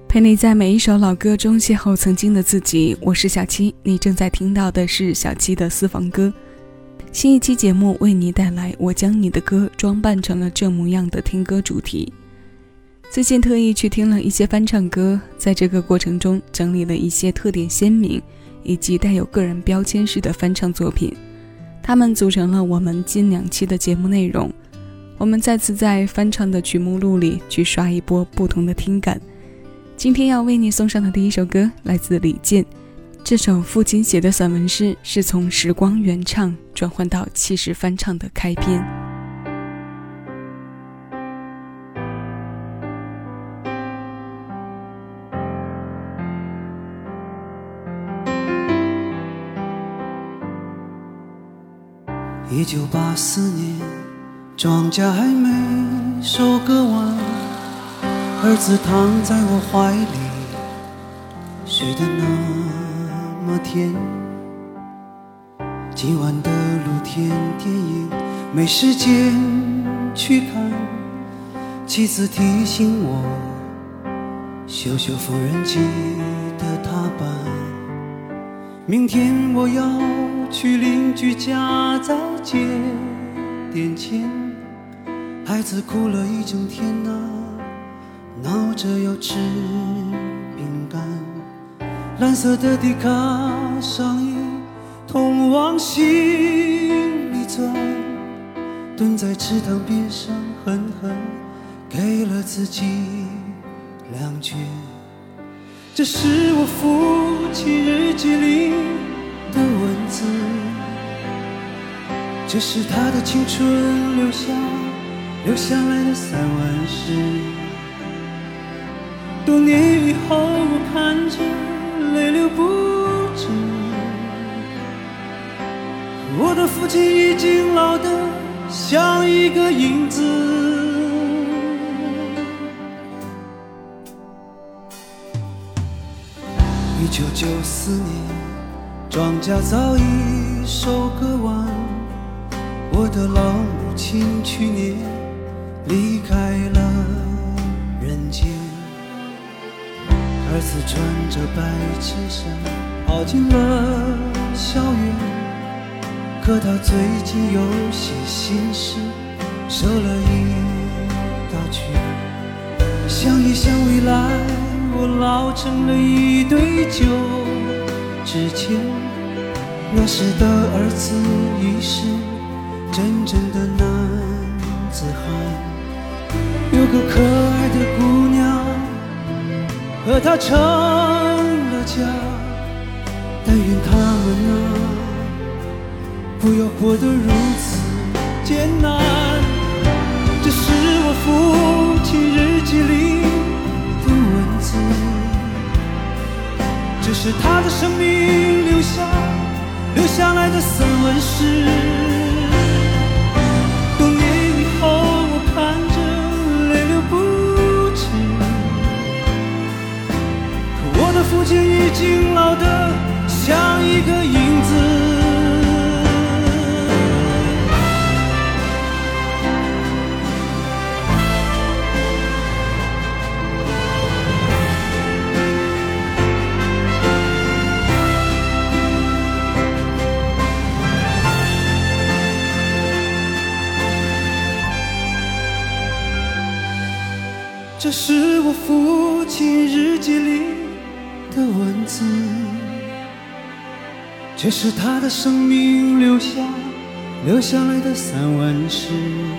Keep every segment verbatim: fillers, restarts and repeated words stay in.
陪你在每一首老歌中邂逅曾经的自己，我是小七，你正在听到的是小七的私房歌。新一期节目为你带来我将你的歌装扮成了这模样的听歌主题。最近特意去听了一些翻唱歌，在这个过程中整理了一些特点鲜明以及带有个人标签式的翻唱作品，它们组成了我们近两期的节目内容。我们再次在翻唱的曲目录里去刷一波不同的听感。今天要为你送上的第一首歌来自李健，这首父亲写的散文诗是从时光原唱转换到气势翻唱的开篇。 一九八四年，庄稼还没收割完，儿子躺在我怀里，睡得那么甜。今晚的露天电影没时间去看，妻子提醒我修修缝纫机的踏板。明天我要去邻居家再借点钱。孩子哭了一整天啊，闹着要吃饼干。蓝色的迪卡上衣通往心里钻，蹲在池塘边上狠狠给了自己两拳。这是我父亲日记里的文字，这是他的青春留下留下来的散文诗。多年以后我看着泪流不止，我的父亲已经老得像一个影子。一九九四年，庄稼早已收割完，我的老母亲去年离开了人间。儿子穿着白衬衫跑进了校园，可他最近有些心事，瘦了一大圈。想一想未来，我老成了一堆旧纸钱。那时的儿子已是真正的男子汉，有个可爱的姑娘和他成了家。但愿他们啊，不要活得如此艰难。这是我父亲日记里的文字，这是他的生命留下留下来的散文诗。多年以后我看着泪流不止，可我的父亲已经老得像一个影子。这是我父亲日记里的文字，这是他的生命留下留下来的散文诗。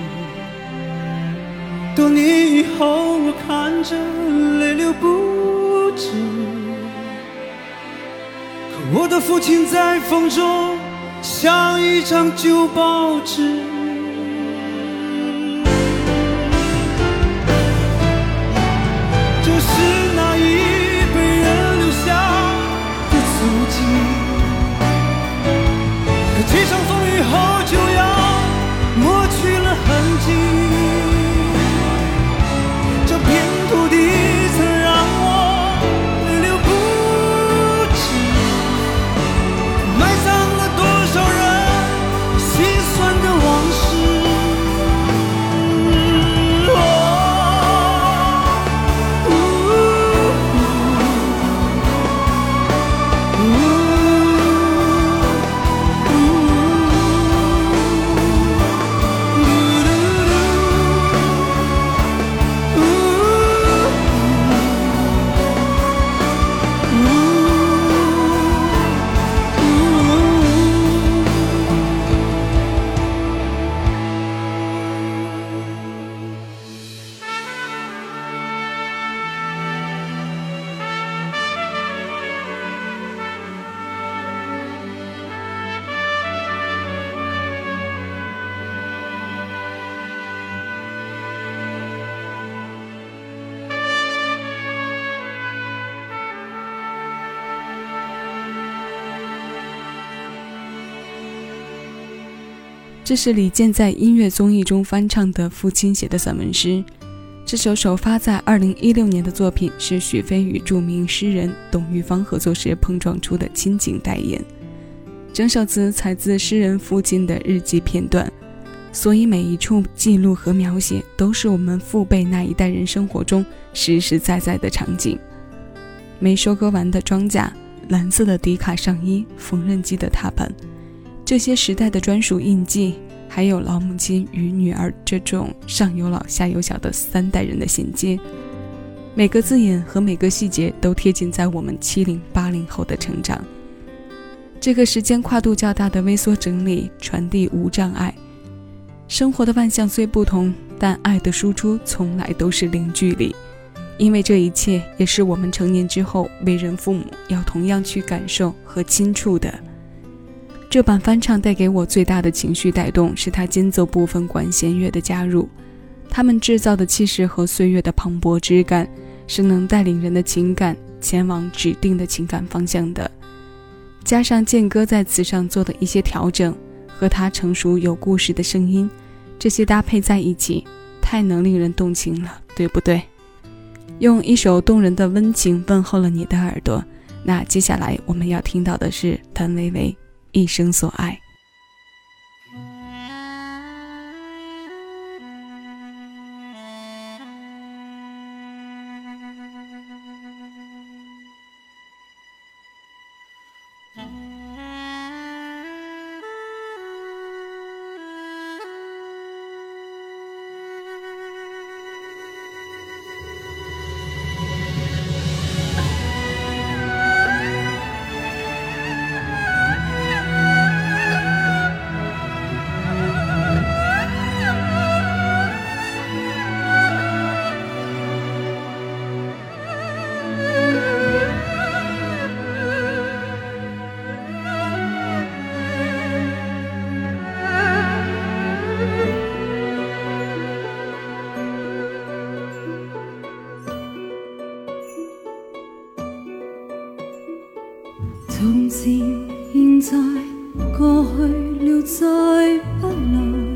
多年以后我看着泪流不止，可我的父亲在风中像一张旧报纸。这是那一辈人留下的足迹，可几场风雨后就要抹去了痕迹。这片土地曾让我泪流不止，埋葬了多少人心酸的往这是李健在音乐综艺中翻唱的父亲写的散文诗。这首首发在二零一六年的作品是许飞与著名诗人董玉芳合作时碰撞出的亲情代言。整首词采自诗人父亲的日记片段，所以每一处记录和描写都是我们父辈那一代人生活中实实在在的场景。没收割完的庄稼，蓝色的迪卡上衣，缝纫机的踏板，这些时代的专属印记，还有老母亲与女儿这种上有老下有小的三代人的衔接，每个字眼和每个细节都贴近在我们七零八零后的成长。这个时间跨度较大的微缩整理传递无障碍。生活的万象虽不同，但爱的输出从来都是零距离，因为这一切也是我们成年之后为人父母要同样去感受和亲触的。这版翻唱带给我最大的情绪带动是他间奏部分管弦乐的加入，他们制造的气势和岁月的磅礴之感是能带领人的情感前往指定的情感方向的。加上健哥在词上做的一些调整和他成熟有故事的声音，这些搭配在一起太能令人动情了，对不对？用一首动人的温情问候了你的耳朵。那接下来我们要听到的是谭维维一生所爱。 从前现在过去了再不来，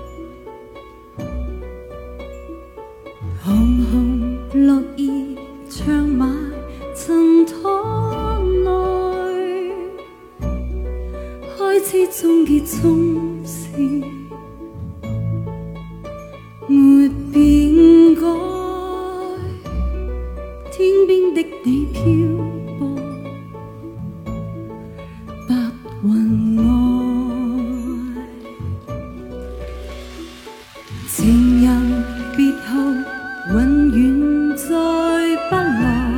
红红落叶长埋尘土内，开始终结从前没变改，天边的你飘泊云外，情人别后永远再不来，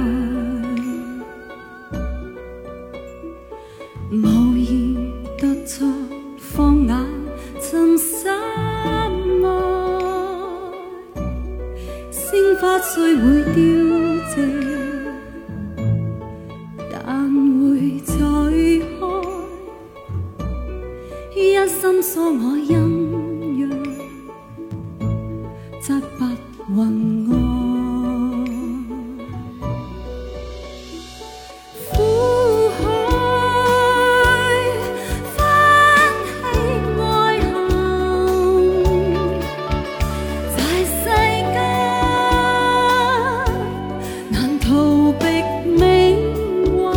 无意突出放眼寻心爱，鲜花虽会凋谢，但会再一心所我阴阳，疾白云外。苦海翻起爱恨，在世間難逃避命運。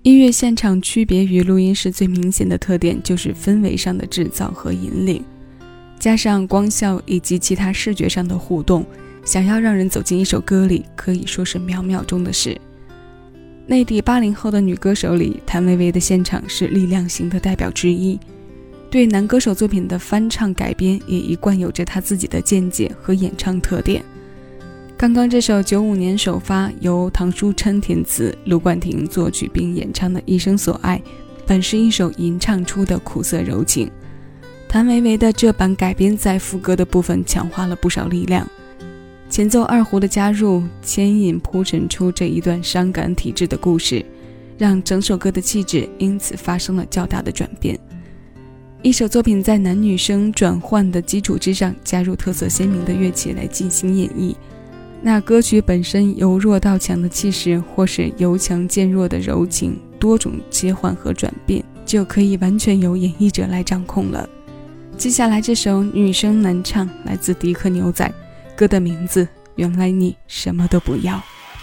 音乐现场区别于录音室最明显的特点就是氛围上的制造和引领，加上光效以及其他视觉上的互动，想要让人走进一首歌里可以说是秒秒钟的事。内地八零后的女歌手里，谭维维的现场是力量型的代表之一，对男歌手作品的翻唱改编也一贯有着她自己的见解和演唱特点。刚刚这首九五年首发，由唐书琛填词，卢冠廷作曲并演唱的《一生所爱》，本是一首吟唱出的苦涩柔情。谭维维的这版改编在副歌的部分强化了不少力量，前奏二胡的加入牵引铺陈出这一段伤感体质的故事，让整首歌的气质因此发生了较大的转变。一首作品在男女生转换的基础之上，加入特色鲜明的乐器来进行演绎，那歌曲本身由弱到强的气势，或是由强渐弱的柔情，多种切换和转变，就可以完全由演绎者来掌控了。接下来这首女生男唱，来自迪克牛仔，歌的名字原来你什么都不要。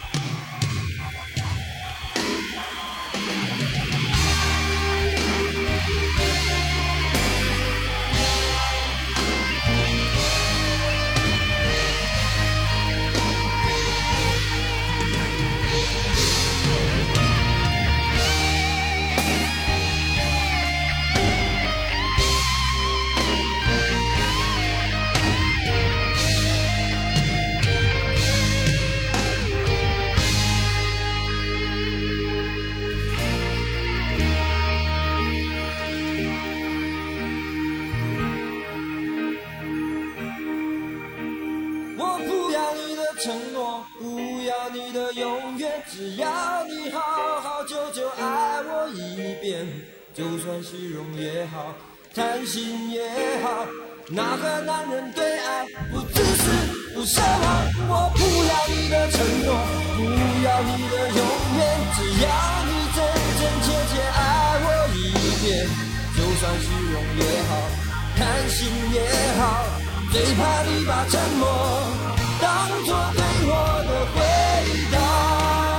承诺，不要你的永远，只要你好好久久爱我一遍，就算虚荣也好，贪心也好，哪个男人对爱不自私不奢望？我不要你的承诺，不要你的永远，只要你真真切切爱我一遍，就算虚荣也好，贪心也好，最怕你把沉默当作对我的回答。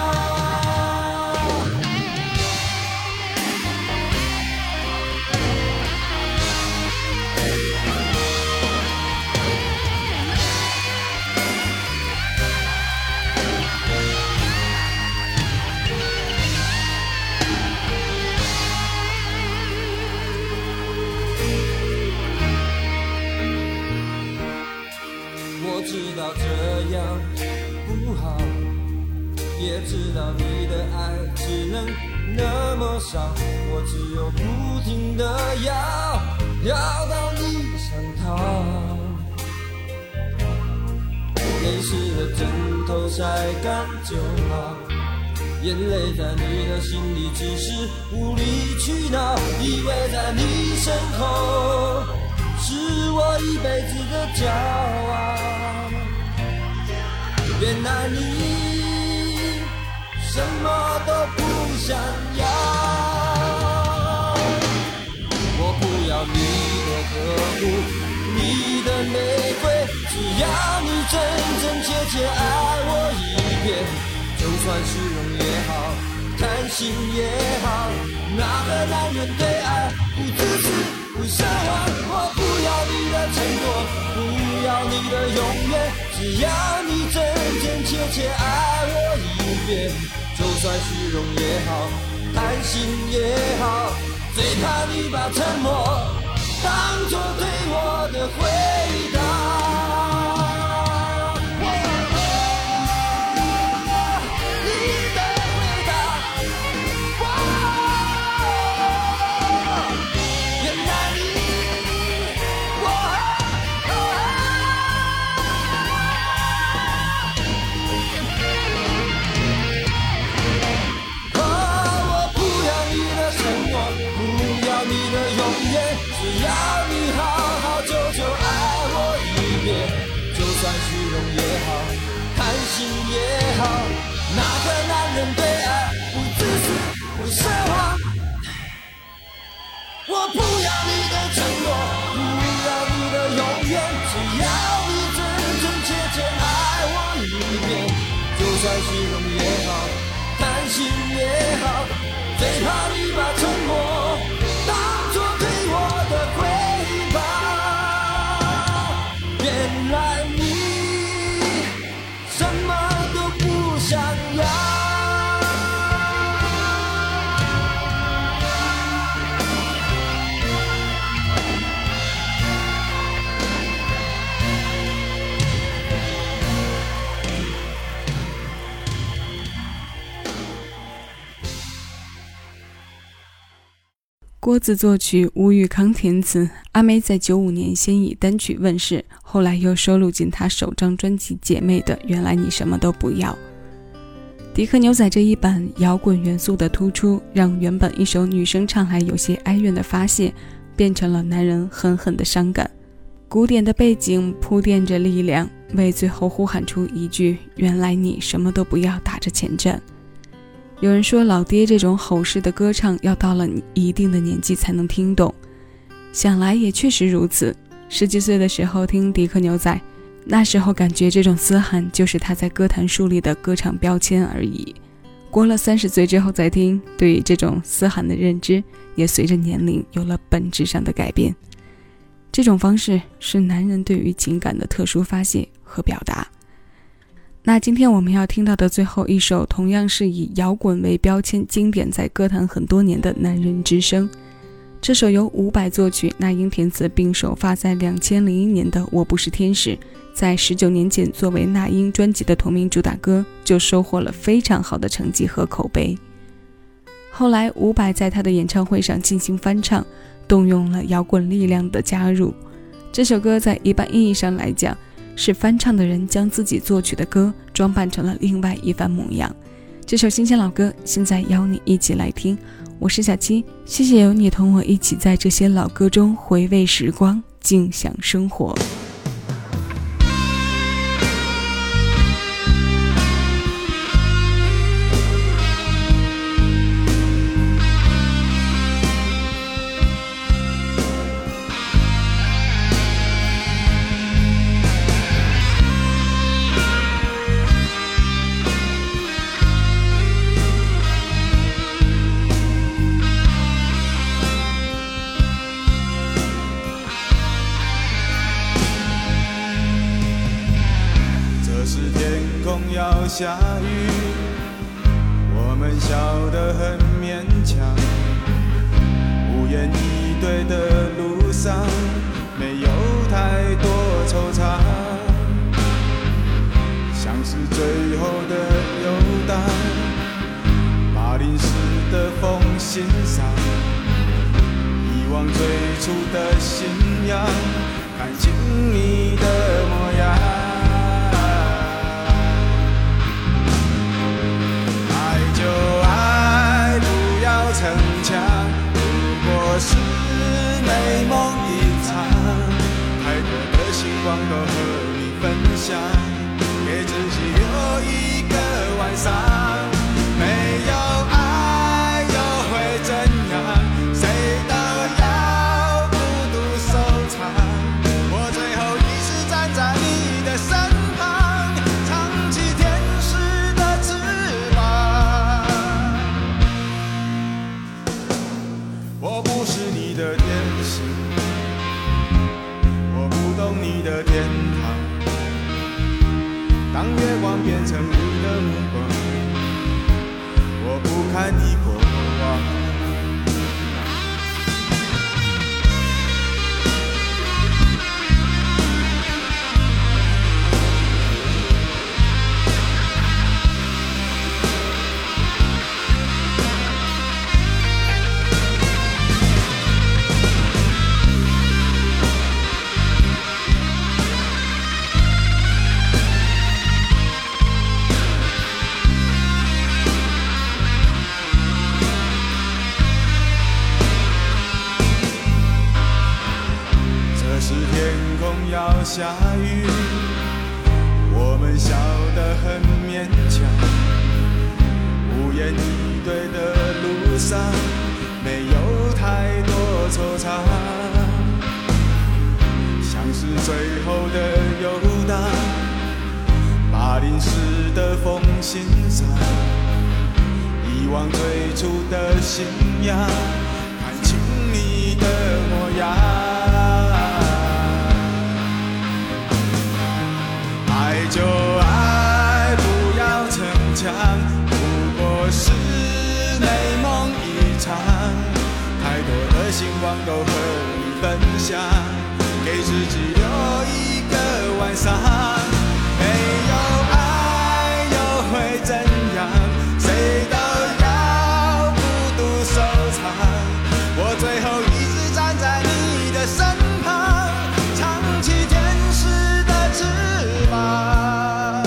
我知道这样不好，也知道你的爱只能那么少，我只有不停地要，要到你想逃。泪湿了枕头晒干就好，眼泪在你的心里只是无理取闹，以为在你身后是我一辈子的骄傲。原来你什么都不想要，我不要你的呵护，你的玫瑰，只要你真真切切爱我一遍，就算虚荣也好，贪心也好，哪个男人对爱不自私不奢望？我不要你的承诺，不要你的永远，只要你真真切切爱我一遍，就算虚荣也好，贪心也好，最怕你把沉默当作对我的回答。只要你好好久久爱我一遍，就算虚荣也好，贪心也好，哪个男人对爱不自私不奢望？我不要你的承诺，不要你的永远，只要你真真切切爱我一遍，就算虚荣也好，贪心也好， 最怕你把沉默当作对我的回报。原来你什么都不想要。 郭子作曲，吴宇康填词。阿妹在九五年先以单曲问世，后来又收录进她首张专辑《姐妹》的《原来你什么都不要》。迪克牛仔这一版摇滚元素的突出，让原本一首女生唱来有些哀怨的发泄，变成了男人狠狠的伤感。古典的背景铺垫着力量，为最后呼喊出一句原来你什么都不要打着前站。有人说老爹这种吼式的歌唱要到了一定的年纪才能听懂，想来也确实如此。十几岁的时候听迪克牛仔，那时候感觉这种嘶喊就是他在歌坛树立的歌唱标签而已。过了三十岁之后再听，对于这种嘶喊的认知也随着年龄有了本质上的改变。这种方式是男人对于情感的特殊发泄和表达。那今天我们要听到的最后一首，同样是以摇滚为标签，经典在歌坛很多年的男人之声。这首由伍佰作曲，那英填词，并首发在两千零一年的《我不是天使》，在十九年前作为那英专辑的同名主打歌，就收获了非常好的成绩和口碑。后来伍佰在他的演唱会上进行翻唱，动用了摇滚力量的加入。这首歌在一般意义上来讲，是翻唱的人将自己作曲的歌装扮成了另外一番模样。这首新鲜老歌，现在邀你一起来听。我是小七，谢谢有你同我一起在这些老歌中回味时光，静享生活。 要下雨，我们笑得很勉强，无言以对的路上没有太多惆怅，像是最后的游荡，把淋湿的风欣赏，遗忘最初的信仰，看清你的模样。就爱不要逞强，不过是美梦一场，太多的星光都和你分享，给自己留一个晚上。没有爱又会怎样？谁都要孤独收场。我最后一次站在你的身旁，唱起天使的翅膀。我不是你的天使，我不懂你的天堂。当月光变成你的目光，我不看你过往。要下雨，我们笑得很勉强，无言以对的路上没有太多惆怅，像是最后的游荡，把淋湿的风欣赏，遗忘最初的信仰，看清你的模样。爱就爱，不要逞强，不过是美梦一场。太多的希望都和你分享，给自己留一个晚上。没有爱又会怎样？谁都要孤独收场。我最后一直站在你的身旁，撑起天使的翅膀。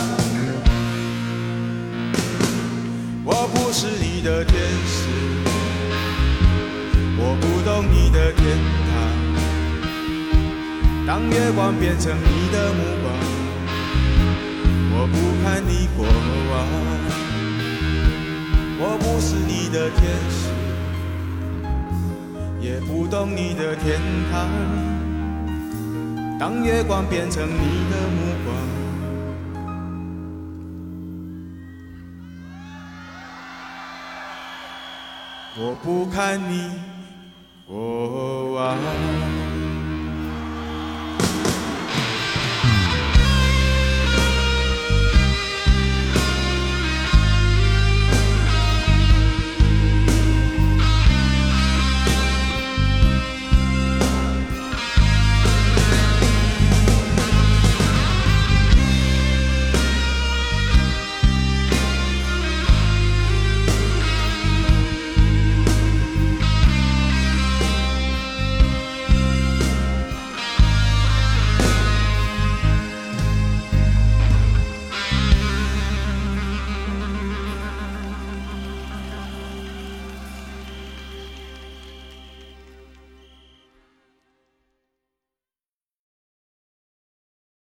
我不是你的天使，我不懂你的天堂。当月光变成你的目光，我不看你过往。我不是你的天使，也不懂你的天堂。当月光变成你的目光，我不看你过往。